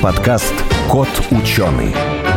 подкаст «Кот ученый».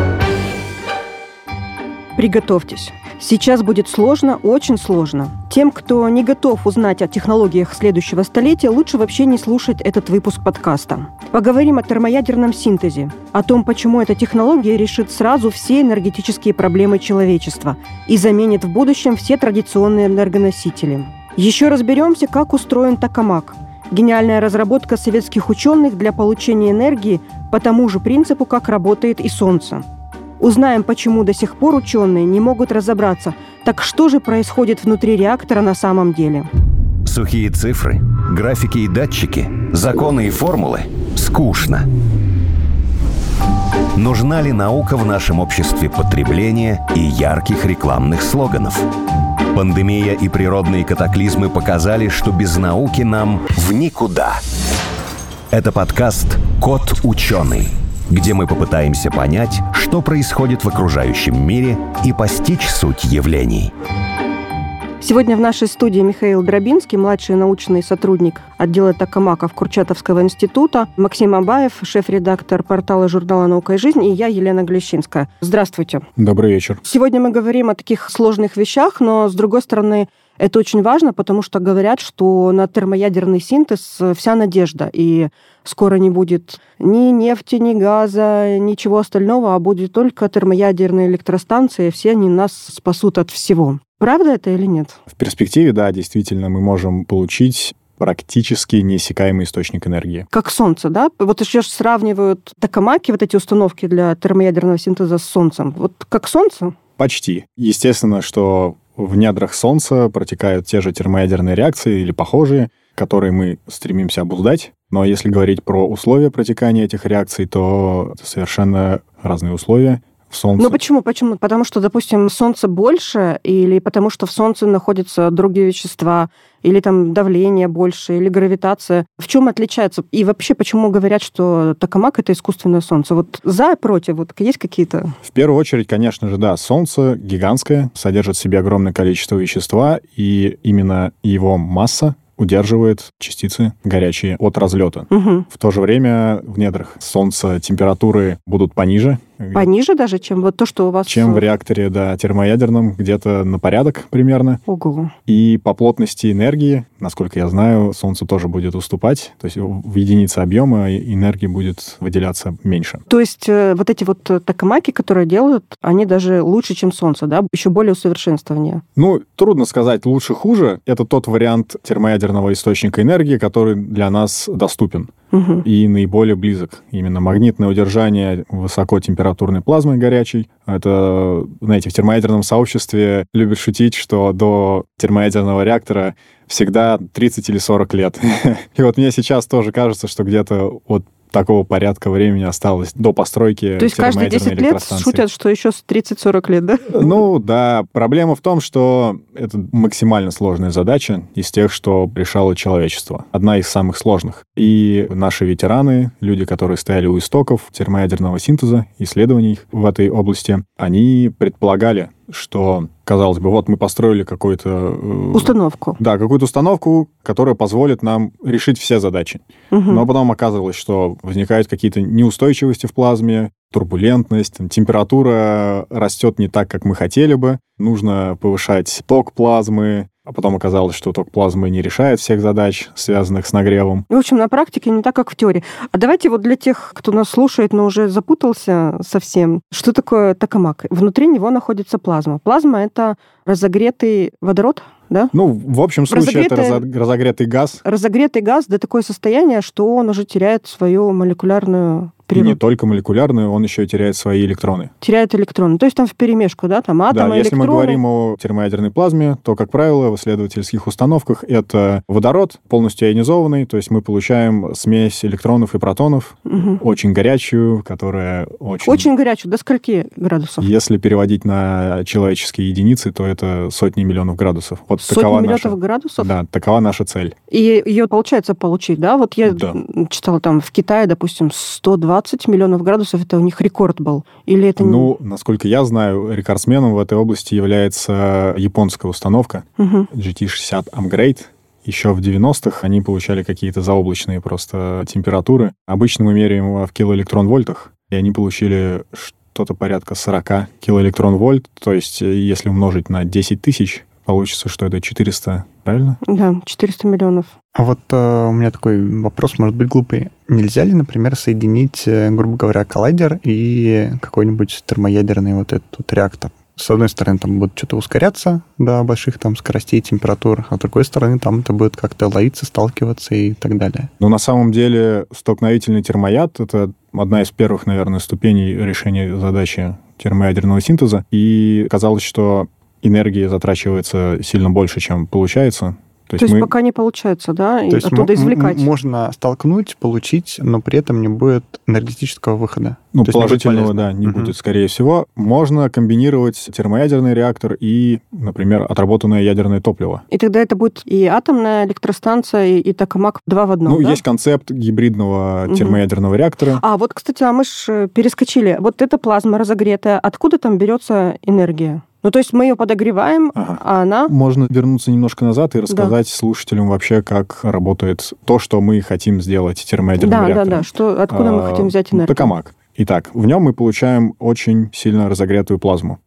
Приготовьтесь. Сейчас будет сложно, очень сложно. Тем, кто не готов узнать о технологиях следующего столетия, лучше вообще не слушать этот выпуск подкаста. Поговорим о термоядерном синтезе, о том, почему эта технология решит сразу все энергетические проблемы человечества и заменит в будущем все традиционные энергоносители. Еще разберемся, как устроен токамак – гениальная разработка советских ученых для получения энергии по тому же принципу, как работает и Солнце. Узнаем, почему до сих пор ученые не могут разобраться, так что же происходит внутри реактора на самом деле. Сухие цифры, графики и датчики, законы и формулы – скучно. Нужна ли наука в нашем обществе потребления и ярких рекламных слоганов? Пандемия и природные катаклизмы показали, что без науки нам в никуда. Это подкаст «Кот ученый», где мы попытаемся понять, что происходит в окружающем мире и постичь суть явлений. Сегодня в нашей студии Михаил Дробинский, младший научный сотрудник отдела токамаков Курчатовского института, Максим Абаев, шеф-редактор портала журнала «Наука и жизнь», и я, Елена Глещинская. Здравствуйте. Добрый вечер. Сегодня мы говорим о таких сложных вещах, но, с другой стороны, это очень важно, потому что говорят, что на термоядерный синтез вся надежда, и скоро не будет ни нефти, ни газа, ничего остального, а будет только термоядерные электростанции, и все они нас спасут от всего. Правда это или нет? В перспективе, да, действительно, мы можем получить практически неиссякаемый источник энергии. Как Солнце, да? Вот еще сравнивают токамаки, вот эти установки для термоядерного синтеза с Солнцем. Вот как Солнце? Почти. Естественно, что в недрах Солнца протекают те же термоядерные реакции или похожие, которые мы стремимся обуздать. Но если говорить про условия протекания этих реакций, то это совершенно разные условия. В Солнце. Ну почему? Потому что, допустим, Солнце больше, или потому что в Солнце находятся другие вещества, или там давление больше, или гравитация. В чем отличается? И вообще, почему говорят, что токамак — это искусственное Солнце? Вот за и против, вот есть какие-то? В первую очередь, конечно же, да, Солнце гигантское, содержит в себе огромное количество вещества, и именно его масса удерживает частицы горячие от разлета. Угу. В то же время в недрах Солнца температуры будут пониже. Пониже даже, чем вот то, что у вас... Чем в реакторе, да, термоядерном, где-то на порядок примерно. Ого. И по плотности энергии, насколько я знаю, Солнце тоже будет уступать. То есть в единице объема энергии будет выделяться меньше. То есть вот эти вот токамаки, которые делают, они даже лучше, чем Солнце, да? Еще более усовершенствование. Ну, трудно сказать лучше-хуже. Это тот вариант термоядерного источника энергии, который для нас доступен. Угу. И наиболее близок. Именно магнитное удержание высокотемпературной плазмы горячей. Это, знаете, в термоядерном сообществе любят шутить, что до термоядерного реактора всегда 30 или 40 лет. И вот мне сейчас тоже кажется, что где-то от такого порядка времени осталось до постройки термоядерной электростанции. То есть каждые 10 лет шутят, что еще с 30-40 лет, да? Ну, да. Проблема в том, что это максимально сложная задача из тех, что решало человечество. Одна из самых сложных. И наши ветераны, люди, которые стояли у истоков термоядерного синтеза, исследований в этой области, они предполагали, что, казалось бы, вот мы построили какую-то... Установку. Да, какую-то установку, которая позволит нам решить все задачи. Угу. Но потом оказывалось, что возникают какие-то неустойчивости в плазме, турбулентность, температура растет не так, как мы хотели бы. Нужно повышать ток плазмы. А потом оказалось, что ток плазмы не решает всех задач, связанных с нагревом. В общем, на практике не так, как в теории. А давайте вот для тех, кто нас слушает, но уже запутался совсем, что такое токамак? Внутри него находится плазма. Плазма — это разогретый водород, да? Ну, в общем случае, это разогретый газ. Разогретый газ до такое состояние, что он уже теряет свою молекулярную природу. И не только молекулярную, он еще и теряет свои электроны. Теряет электроны. То есть там вперемешку, да? Там атомы, да, если электроны. мы говорим о термоядерной плазме, то, как правило, в исследовательских установках это водород полностью ионизованный, то есть мы получаем смесь электронов и протонов, очень горячую, которая очень... Очень горячую. До скольки градусов? Если переводить на человеческие единицы, то это сотни миллионов градусов. Вот сотни миллионов градусов? Да, такова наша цель. И ее получается получить, да? Вот я читала там в Китае, допустим, 120 миллионов градусов, это у них рекорд был. Или это не... Ну, насколько я знаю, рекордсменом в этой области является японская установка GT60 Upgrade. еще в 90-х они получали какие-то заоблачные просто температуры. Обычно мы меряем его в килоэлектрон-вольтах, и они получили что-то порядка 40 килоэлектрон-вольт. То есть если умножить на 10 тысяч, получится, что это 400, правильно? Да, 400 миллионов. А вот у меня такой вопрос, может быть, глупый. Нельзя ли, например, соединить, грубо говоря, коллайдер и какой-нибудь термоядерный вот этот вот реактор? С одной стороны, там будет что-то ускоряться до больших там скоростей, температур, а с другой стороны, там это будет как-то ловиться, сталкиваться и так далее. Но на самом деле столкновительный термояд — это одна из первых, наверное, ступеней решения задачи термоядерного синтеза. И казалось, что энергии затрачивается сильно больше, чем получается. То есть пока не получается, да, и оттуда извлекать. Можно столкнуть, получить, но при этом не будет энергетического выхода. Ну, положительного, да, не будет, скорее всего. Можно комбинировать термоядерный реактор и, например, отработанное ядерное топливо. И тогда это будет и атомная электростанция, и токамак 2 в 1, да? Есть концепт гибридного термоядерного реактора. Вот, кстати, мы же перескочили. Вот эта плазма разогретая, откуда там берется энергия? Ну, то есть мы ее подогреваем, а она... Можно вернуться немножко назад и рассказать слушателям вообще, как работает то, что мы хотим сделать термоядерным реактором. Да. Откуда мы хотим взять энергию? Токамак. Итак, в нем мы получаем очень сильно разогретую плазму.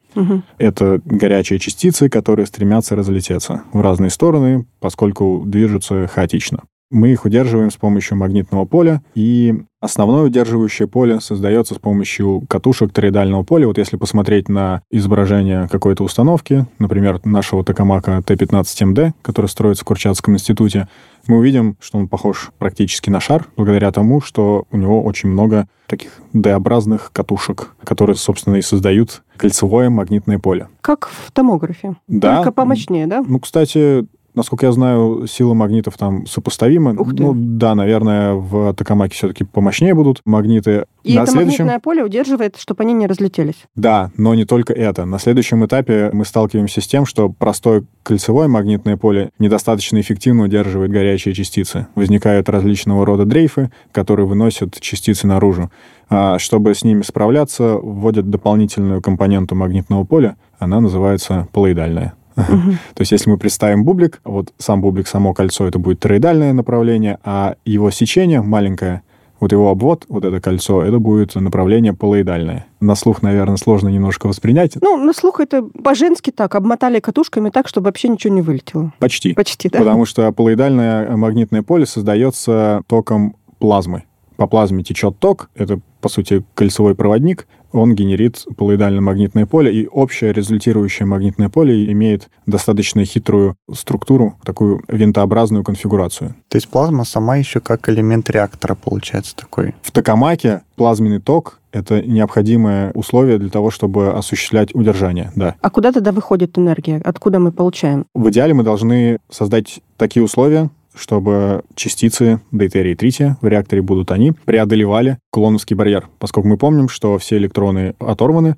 Это горячие частицы, которые стремятся разлететься в разные стороны, поскольку движутся хаотично. Мы их удерживаем с помощью магнитного поля, и основное удерживающее поле создается с помощью катушек тороидального поля. Вот если посмотреть на изображение какой-то установки, например, нашего токамака Т-15МД, который строится в Курчатском институте, мы увидим, что он похож практически на шар, благодаря тому, что у него очень много таких D-образных катушек, которые, собственно, и создают кольцевое магнитное поле. Как в томографе. Да. Только помощнее, да? Ну, кстати... Насколько я знаю, сила магнитов там сопоставима. Ух ты. Ну, да, наверное, в токамаке все-таки помощнее будут магниты. И это магнитное поле удерживает, чтобы они не разлетелись. Да, но не только это. На следующем этапе мы сталкиваемся с тем, что простое кольцевое магнитное поле недостаточно эффективно удерживает горячие частицы. Возникают различного рода дрейфы, которые выносят частицы наружу. А чтобы с ними справляться, вводят дополнительную компоненту магнитного поля. Она называется полоидальная. То есть если мы представим бублик, вот сам бублик, само кольцо, это будет тороидальное направление, а его сечение маленькое, вот его обвод, вот это кольцо, это будет направление полоидальное. На слух, наверное, сложно немножко воспринять. Ну, на слух это по-женски так, обмотали катушками так, чтобы вообще ничего не вылетело. Почти. Почти, да. Потому что полоидальное магнитное поле создается током плазмы. По плазме течет ток, это, по сути, кольцевой проводник, он генерит полоидальное магнитное поле, и общее результирующее магнитное поле имеет достаточно хитрую структуру, такую винтообразную конфигурацию. То есть плазма сама еще как элемент реактора получается такой? В токамаке плазменный ток — это необходимое условие для того, чтобы осуществлять удержание, да. А куда тогда выходит энергия? Откуда мы получаем? В идеале мы должны создать такие условия, чтобы частицы дейтерия и трития, в реакторе будут они, преодолевали кулоновский барьер, поскольку мы помним, что все электроны оторваны,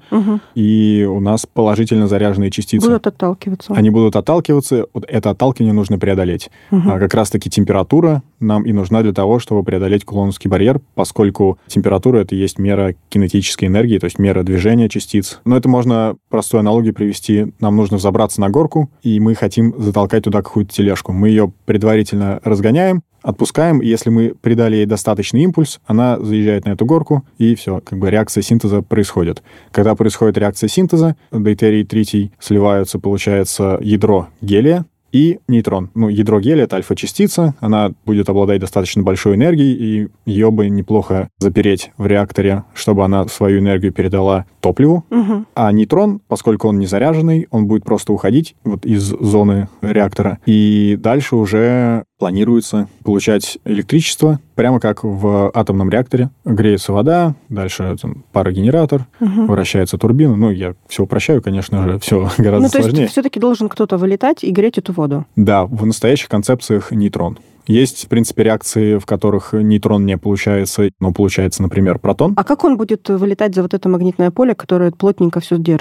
и у нас положительно заряженные частицы. Будут отталкиваться. Они будут отталкиваться, вот это отталкивание нужно преодолеть. А как раз-таки температура нам и нужна для того, чтобы преодолеть кулоновский барьер, поскольку температура — это и есть мера кинетической энергии, то есть мера движения частиц. Но это можно простую аналогию привести. Нам нужно взобраться на горку, и мы хотим затолкать туда какую-то тележку. Мы ее предварительно разгоняем, отпускаем, и если мы придали ей достаточный импульс, она заезжает на эту горку, и все, как бы реакция синтеза происходит. Когда происходит реакция синтеза, дейтерий и тритий сливаются, получается ядро гелия и нейтрон. Ну, ядро гелия — это альфа-частица, она будет обладать достаточно большой энергией, и ее бы неплохо запереть в реакторе, чтобы она свою энергию передала топливу. А нейтрон, поскольку он не заряженный, он будет просто уходить вот из зоны реактора, и дальше уже планируется получать электричество, прямо как в атомном реакторе. Греется вода, дальше там, парогенератор, вращается турбина. Ну, я все упрощаю, конечно же, все гораздо сложнее. То есть все-таки должен кто-то вылетать и греть эту воду? Да, в настоящих концепциях нейтрон. Есть, в принципе, реакции, в которых нейтрон не получается, но получается, например, протон. А как он будет вылетать за вот это магнитное поле, которое плотненько все держит?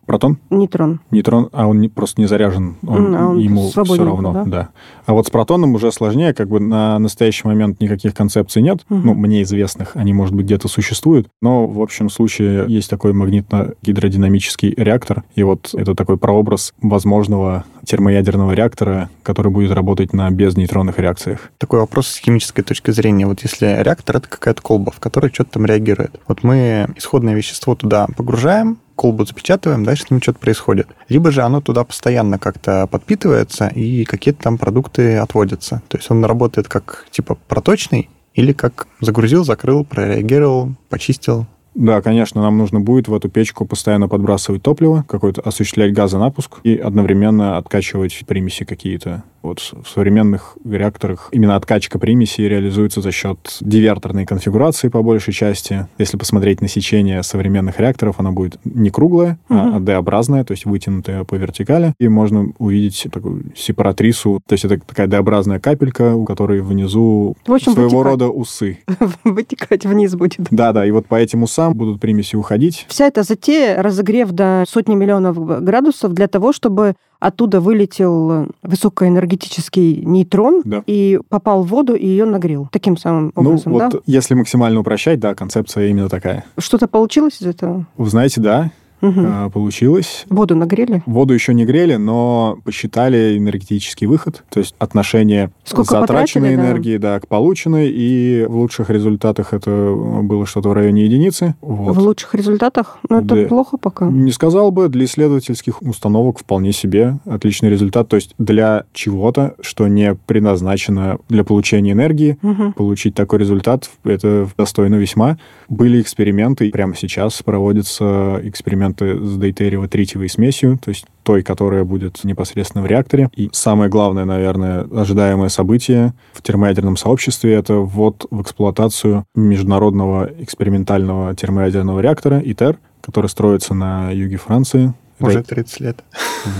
Протон? Нейтрон. Нейтрон, он просто не заряжен, он ему все равно. Да? А вот с протоном уже сложнее, как бы на настоящий момент никаких концепций нет, мне известных, они, может быть, где-то существуют, но в общем случае есть такой магнитно-гидродинамический реактор, и вот это такой прообраз возможного термоядерного реактора, который будет работать на безнейтронных реакциях. Такой вопрос с химической точки зрения. Вот если реактор — это какая-то колба, в которой что-то там реагирует. Вот мы исходное вещество туда погружаем, колбу запечатываем, дальше с ним что-то происходит. Либо же оно туда постоянно как-то подпитывается, и какие-то там продукты отводятся. То есть он работает как типа проточный, или как загрузил, закрыл, прореагировал, почистил. Да, конечно, нам нужно будет в эту печку постоянно подбрасывать топливо, какой-то осуществлять газонапуск и одновременно откачивать примеси какие-то. Вот в современных реакторах именно откачка примесей реализуется за счет диверторной конфигурации по большей части. Если посмотреть на сечение современных реакторов, оно будет не круглое, а D-образное, то есть вытянутое по вертикали. И можно увидеть такую сепаратрису, то есть это такая D-образная капелька, у которой внизу своего рода усы. Вытекать вниз будет. Да, и вот по этим усам будут примеси уходить. Вся эта затея, разогрев до сотни миллионов градусов для того, чтобы оттуда вылетел высокоэнергетический нейтрон и попал в воду и ее нагрел. Таким самым образом, да? Если максимально упрощать, да, концепция именно такая. Что-то получилось из этого? Вы знаете, да. Получилось. Воду нагрели? Воду еще не грели, но посчитали энергетический выход, то есть отношение затраченной энергии к полученной, и в лучших результатах это было что-то в районе единицы. Вот. В лучших результатах? Это плохо пока. Не сказал бы, для исследовательских установок вполне себе отличный результат, то есть для чего-то, что не предназначено для получения энергии, получить такой результат, это достойно весьма. Были эксперименты, прямо сейчас проводятся эксперименты с дейтериево-тритиевой смесью, то есть той, которая будет непосредственно в реакторе. И самое главное, наверное, ожидаемое событие в термоядерном сообществе — это ввод в эксплуатацию международного экспериментального термоядерного реактора ИТЕР, который строится на юге Франции. Уже 30 лет. В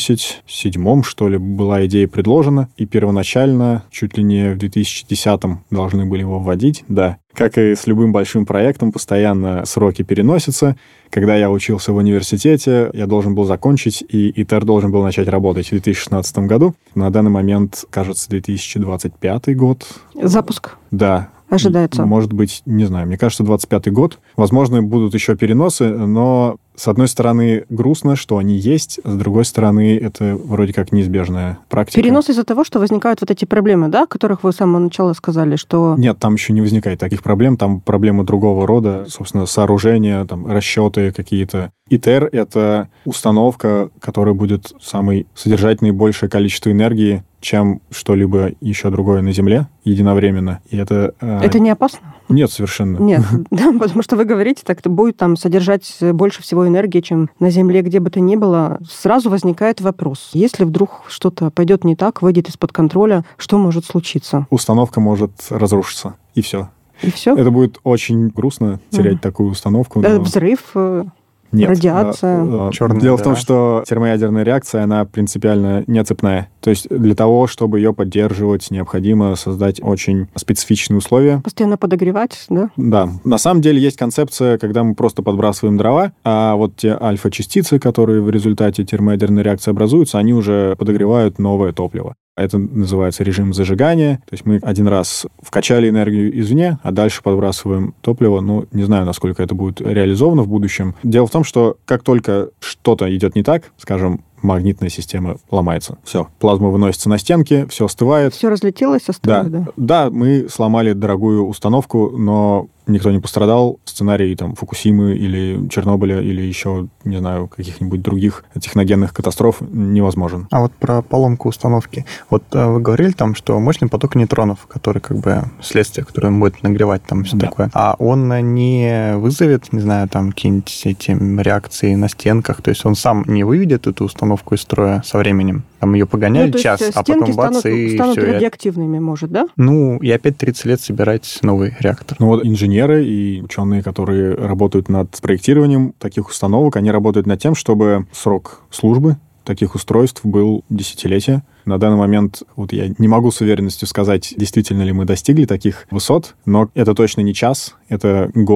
87-м, что ли, была идея предложена, и первоначально чуть ли не в 2010-м должны были его вводить, да. Как и с любым большим проектом, постоянно сроки переносятся. Когда я учился в университете, я должен был закончить, и ИТЕР должен был начать работать в 2016 году. На данный момент, кажется, 2025 год. Запуск? Да. Ожидается. Может быть, не знаю, мне кажется, 25-й год. Возможно, будут еще переносы, но, с одной стороны, грустно, что они есть, с другой стороны, это вроде как неизбежная практика. Перенос из-за того, что возникают вот эти проблемы, да, о которых вы с самого начала сказали, что... Нет, там еще не возникает таких проблем, там проблемы другого рода, собственно, сооружения, там, расчеты какие-то. ИТЕР — это установка, которая будет самой содержать наибольшее количество энергии, чем что-либо еще другое на Земле единовременно. И это... Это не опасно? Нет, совершенно. Нет, да, потому что вы говорите, так это будет там содержать больше всего энергии, чем на Земле, где бы то ни было. Сразу возникает вопрос. Если вдруг что-то пойдет не так, выйдет из-под контроля, что может случиться? Установка может разрушиться, и все. И все? Это будет очень грустно терять такую установку. Но... Взрыв... Нет, радиация. Дело в том, что термоядерная реакция, она принципиально не цепная. То есть для того, чтобы ее поддерживать, необходимо создать очень специфичные условия. Постоянно подогревать, да? Да. На самом деле есть концепция, когда мы просто подбрасываем дрова, а вот те альфа-частицы, которые в результате термоядерной реакции образуются, они уже подогревают новое топливо. Это называется режим зажигания. То есть мы один раз вкачали энергию извне, а дальше подбрасываем топливо. Не знаю, насколько это будет реализовано в будущем. Дело в том, что как только что-то идет не так, скажем, магнитная система ломается. Все, плазма выносится на стенки, все остывает. Все разлетелось, остыло, да? Да, мы сломали дорогую установку, но никто не пострадал. Сценарий там Фукусимы или Чернобыля или еще, не знаю, каких-нибудь других техногенных катастроф невозможен. А вот про поломку установки. Вот вы говорили там, что мощный поток нейтронов, который как бы следствие, которое он будет нагревать там все такое, а он не вызовет, не знаю, там какие-нибудь эти реакции на стенках, то есть он сам не выведет эту установку из строя со временем? Там ее погоняли час, а потом бац, и станут все. Радиоактивными, может, да? И опять 30 лет собирать новый реактор. Вот инженеры и ученые, которые работают над проектированием таких установок, они работают над тем, чтобы срок службы таких устройств был десятилетия. На данный момент вот я не могу с уверенностью сказать, действительно ли мы достигли таких высот, но это точно не час, это годы.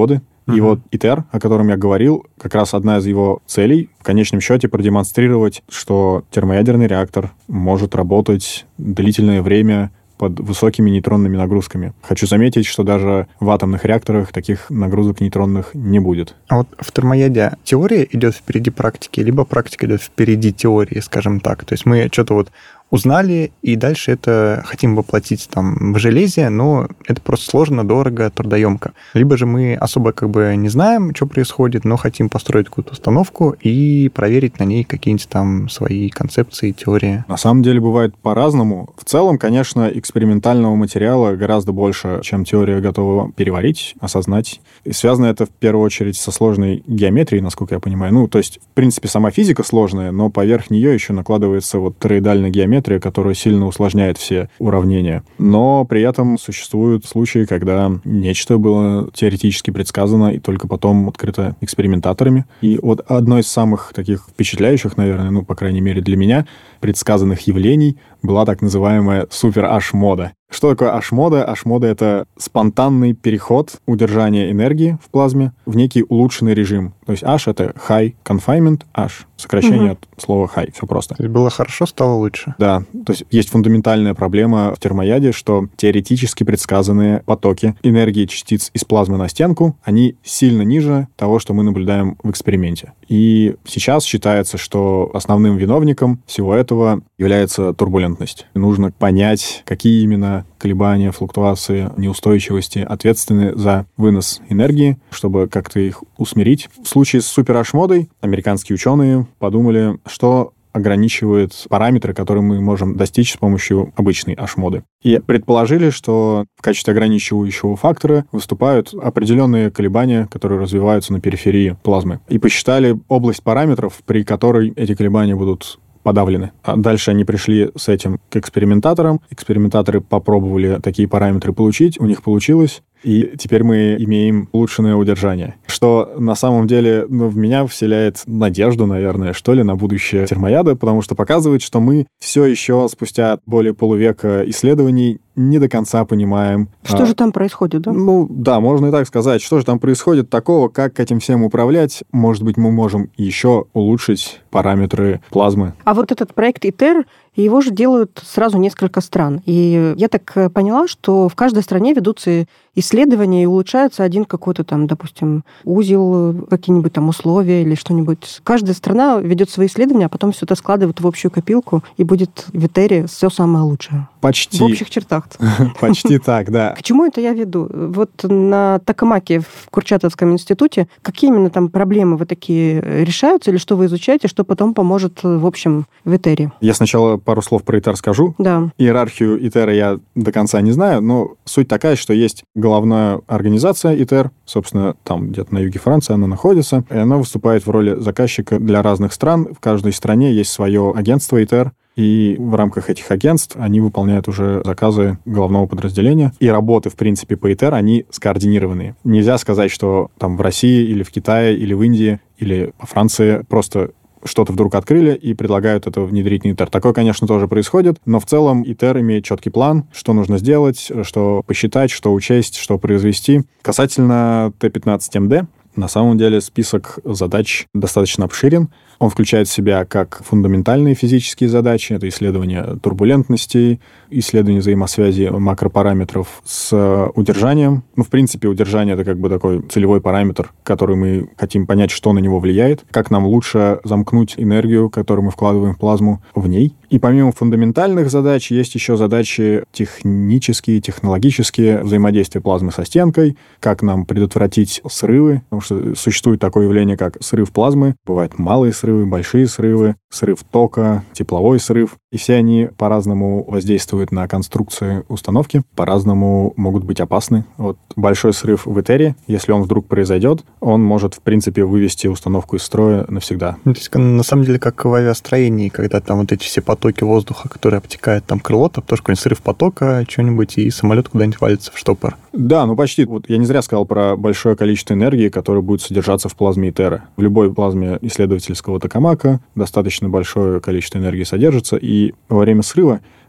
И вот ИТЕР, о котором я говорил, как раз одна из его целей в конечном счете продемонстрировать, что термоядерный реактор может работать длительное время под высокими нейтронными нагрузками. Хочу заметить, что даже в атомных реакторах таких нагрузок нейтронных не будет. А вот в термояде теория идет впереди практики, либо практика идет впереди теории, скажем так. То есть мы что-то вот узнали, и дальше это хотим воплотить там в железе, но это просто сложно, дорого, трудоемко. Либо же мы особо как бы не знаем, что происходит, но хотим построить какую-то установку и проверить на ней какие-нибудь там свои концепции, теории. На самом деле бывает по-разному. В целом, конечно, экспериментального материала гораздо больше, чем теория готова переварить, осознать. И связано это в первую очередь со сложной геометрией, насколько я понимаю. Ну, то есть, в принципе, сама физика сложная, но поверх нее еще накладывается вот тороидальная геометрия, которая сильно усложняет все уравнения. Но при этом существуют случаи, когда нечто было теоретически предсказано и только потом открыто экспериментаторами. И вот одно из самых таких впечатляющих, наверное, ну, по крайней мере для меня, предсказанных явлений была так называемая супер-H-мода. Что такое H-мода? H-мода — это спонтанный переход удержания энергии в плазме в некий улучшенный режим. То есть H — это high confinement, H — сокращение от слова high. Все просто. То есть было хорошо, стало лучше. Да. То есть есть фундаментальная проблема в термояде, что теоретически предсказанные потоки энергии частиц из плазмы на стенку, они сильно ниже того, что мы наблюдаем в эксперименте. И сейчас считается, что основным виновником всего этого является турбулентность. И нужно понять, какие именно колебания, флуктуации, неустойчивости ответственны за вынос энергии, чтобы как-то их усмирить. В случае с супер-H-модой американские ученые подумали, что ограничивает параметры, которые мы можем достичь с помощью обычной H-моды. И предположили, что в качестве ограничивающего фактора выступают определенные колебания, которые развиваются на периферии плазмы. И посчитали область параметров, при которой эти колебания будут подавлены. А дальше они пришли с этим к экспериментаторам. Экспериментаторы попробовали такие параметры получить, у них получилось. И теперь мы имеем улучшенное удержание. Что на самом деле в меня вселяет надежду, наверное, что ли, на будущее термояда, потому что показывает, что мы все еще спустя более полувека исследований не до конца понимаем. Что же там происходит, да? Ну, да, можно и так сказать. Что же там происходит такого, как этим всем управлять? Может быть, мы можем еще улучшить параметры плазмы. А вот этот проект ИТЕР, его же делают сразу несколько стран. И я так поняла, что в каждой стране ведутся исследования и улучшается один какой-то там, допустим, узел, какие-нибудь там условия или что-нибудь. Каждая страна ведет свои исследования, а потом все это складывает в общую копилку, и будет в ИТЕРе все самое лучшее. Почти. В общих чертах. Почти так, да. К чему это я веду? Вот на Токамаке в Курчатовском институте какие именно там проблемы вот такие решаются, или что вы изучаете, что потом поможет, в общем, в ИТЕРе? Я сначала пару слов про ИТЕР скажу. Да. Иерархию ИТЕРа я до конца не знаю, но суть такая, что есть головная организация ИТЕР, собственно, там где-то на юге Франции она находится, и она выступает в роли заказчика для разных стран. В каждой стране есть свое агентство ИТЕР, и в рамках этих агентств они выполняют уже заказы головного подразделения. И работы, в принципе, по ИТЕР, они скоординированные. Нельзя сказать, что там в России или в Китае, или в Индии, или во Франции просто что-то вдруг открыли и предлагают это внедрить на ИТЕР. Такое, конечно, тоже происходит, но в целом ИТЕР имеет четкий план, что нужно сделать, что посчитать, что учесть, что произвести. Касательно Т-15МД, на самом деле список задач достаточно обширен. Он включает в себя как фундаментальные физические задачи, это исследование турбулентности, исследование взаимосвязи макропараметров с удержанием. Ну, в принципе, удержание — это как бы такой целевой параметр, который мы хотим понять, что на него влияет, как нам лучше замкнуть энергию, которую мы вкладываем в плазму, в ней. И помимо фундаментальных задач, есть еще задачи технические, технологические, взаимодействие плазмы со стенкой, как нам предотвратить срывы, потому что существует такое явление, как срыв плазмы. Бывают малые срывы, большие срывы, срыв тока, тепловой срыв. И все они по-разному воздействуют на конструкции установки, по-разному могут быть опасны. Вот большой срыв в ИТЕРе, если он вдруг произойдет, он может, в принципе, вывести установку из строя навсегда. То есть, на самом деле, как в авиастроении, когда там вот эти все потоки воздуха, которые обтекают там крыло, там тоже какой-нибудь срыв потока, что-нибудь, и самолет куда-нибудь валится в штопор. Да, ну почти. Вот я не зря сказал про большое количество энергии, которое будет содержаться в плазме ИТЕРа. В любой плазме исследовательского Токамака достаточно большое количество энергии содержится, и во время срыва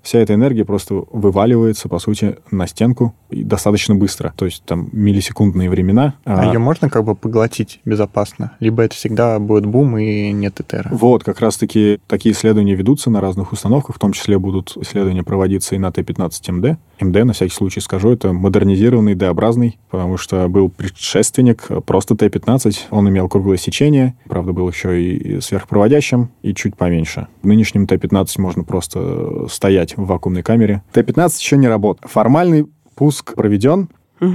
вся эта энергия просто вываливается, по сути, на стенку и достаточно быстро. То есть там миллисекундные времена. А ее можно как бы поглотить безопасно? Либо это всегда будет бум и нет Итера? Вот, как раз-таки такие исследования ведутся на разных установках, в том числе будут исследования проводиться и на Т-15МД. МД, на всякий случай скажу, это модернизированный D-образный, потому что был предшественник просто Т-15. Он имел круглое сечение, правда, был еще и сверхпроводящим, и чуть поменьше. В нынешнем Т-15 можно просто стоять в вакуумной камере. Т-15 еще не работает. Формальный пуск проведен,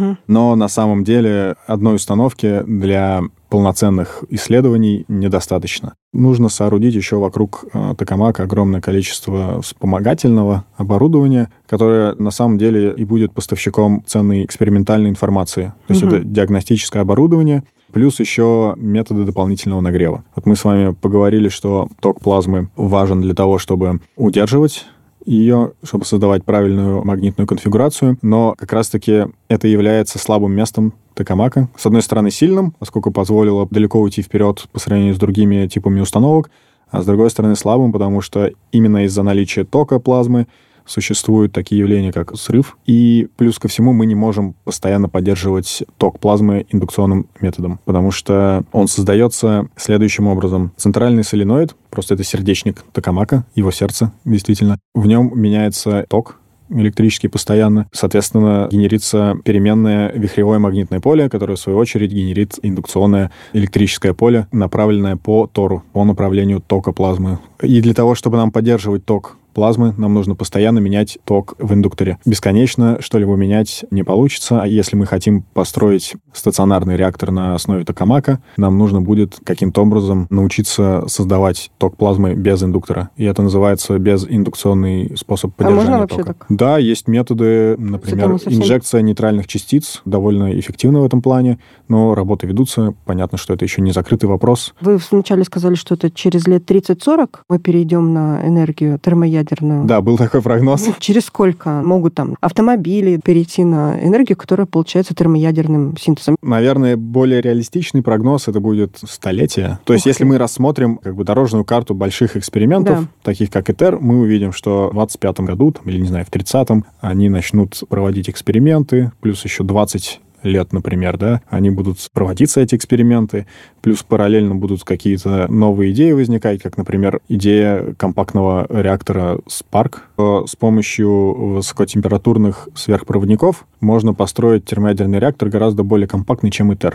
но на самом деле одной установки для полноценных исследований недостаточно. Нужно соорудить еще вокруг токамака огромное количество вспомогательного оборудования, которое на самом деле и будет поставщиком ценной экспериментальной информации. То есть это диагностическое оборудование, плюс еще методы дополнительного нагрева. Вот мы с вами поговорили, что ток плазмы важен для того, чтобы удерживать ее, чтобы создавать правильную магнитную конфигурацию, но как раз-таки это является слабым местом токамака. С одной стороны, сильным, поскольку позволило далеко уйти вперед по сравнению с другими типами установок, а с другой стороны, слабым, потому что именно из-за наличия тока плазмы существуют такие явления, как срыв, и плюс ко всему мы не можем постоянно поддерживать ток плазмы индукционным методом, потому что он создается следующим образом. Центральный соленоид, просто это сердечник токамака, его сердце, действительно. В нем меняется ток электрический постоянно. Соответственно, генерится переменное вихревое магнитное поле, которое, в свою очередь, генерит индукционное электрическое поле, направленное по тору, по направлению тока плазмы. И для того, чтобы нам поддерживать ток плазмы, нам нужно постоянно менять ток в индукторе. Бесконечно что-либо менять не получится. А если мы хотим построить стационарный реактор на основе токамака, нам нужно будет каким-то образом научиться создавать ток плазмы без индуктора. И это называется безиндукционный способ поддержания можно вообще тока. так? Да, есть методы, например, инжекция нейтральных частиц, довольно эффективна в этом плане, но работы ведутся. Понятно, что это еще не закрытый вопрос. Вы вначале сказали, что это через лет 30-40 мы перейдем на энергию термоядерную. Да, был такой прогноз. Через сколько могут там автомобили перейти на энергию, которая получается термоядерным синтезом? Наверное, более реалистичный прогноз это будет столетие. То есть, если мы рассмотрим как бы дорожную карту больших экспериментов, таких как ИТЕР, мы увидим, что в 25 году, или, не знаю, в 30-м, они начнут проводить эксперименты, плюс еще 20 лет, например, да, они будут проводиться, эти эксперименты, плюс параллельно будут какие-то новые идеи возникать, как, например, идея компактного реактора Spark. С помощью высокотемпературных сверхпроводников можно построить термоядерный реактор гораздо более компактный, чем ИТЕР.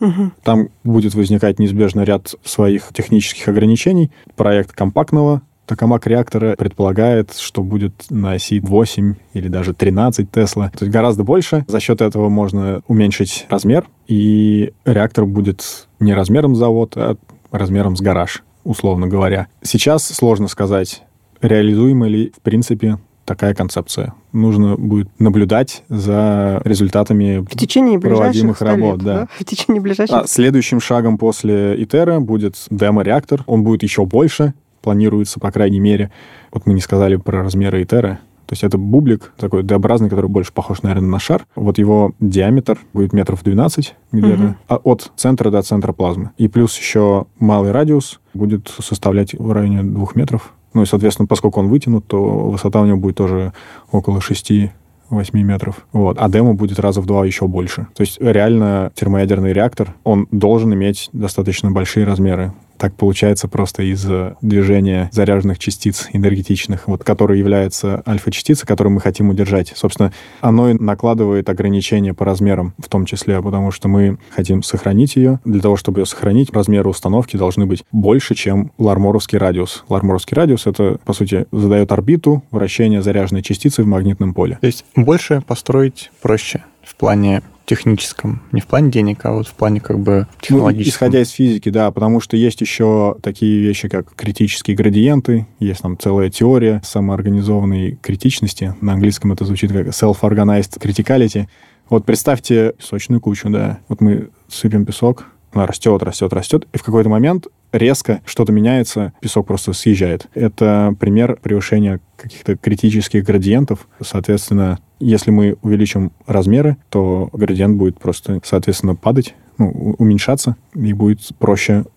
Там будет возникать неизбежно ряд своих технических ограничений. Проект компактного токамак-реактора предполагает, что будет на оси 8 или даже 13 Тесла. То есть гораздо больше. За счет этого можно уменьшить размер, и реактор будет не размером с завод, а размером с гараж, условно говоря. Сейчас сложно сказать, реализуема ли в принципе такая концепция. Нужно будет наблюдать за результатами в течение проводимых работ. Да? В течение ближайших... Следующим шагом после ИТЕРа будет демо-реактор. Он будет еще больше, планируется, по крайней мере. Вот мы не сказали про размеры ИТЕРа. То есть это бублик такой D-образный, который больше похож, наверное, на шар. Вот его диаметр будет метров 12 где-то, от центра до центра плазмы. И плюс еще малый радиус будет составлять в районе 2 метров. Ну и, соответственно, поскольку он вытянут, то высота у него будет тоже около 6-8 метров. Вот. А демо будет раза в 2 еще больше. То есть реально термоядерный реактор, он должен иметь достаточно большие размеры. Так получается просто из-за движения заряженных частиц энергетичных, вот, которые являются альфа-частицей, которую мы хотим удержать. Собственно, оно и накладывает ограничения по размерам, в том числе, потому что мы хотим сохранить ее. Для того, чтобы ее сохранить, размеры установки должны быть больше, чем ларморовский радиус. Ларморовский радиус — это, по сути, задает орбиту вращения заряженной частицы в магнитном поле. То есть больше построить проще в плане техническом, не в плане денег, а вот в плане как бы технологическом. Исходя из физики, да, потому что есть еще такие вещи, как критические градиенты, есть там целая теория самоорганизованной критичности, на английском это звучит как self-organized criticality. Вот представьте песочную кучу, да, вот мы сыпем песок, она растет, и в какой-то момент резко что-то меняется, песок просто съезжает. Это пример превышения каких-то критических градиентов. Соответственно, если мы увеличим размеры, то градиент будет просто, соответственно, падать, уменьшаться, и будет проще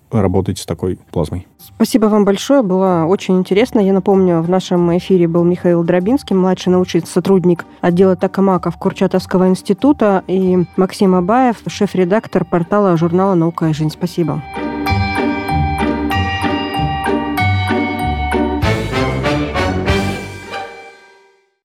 работать с такой плазмой. Спасибо вам большое, было очень интересно. Я напомню, в нашем эфире был Михаил Дробинский, младший научный сотрудник отдела токамаков Курчатовского института, и Максим Абаев, шеф-редактор портала журнала «Наука и жизнь». Спасибо.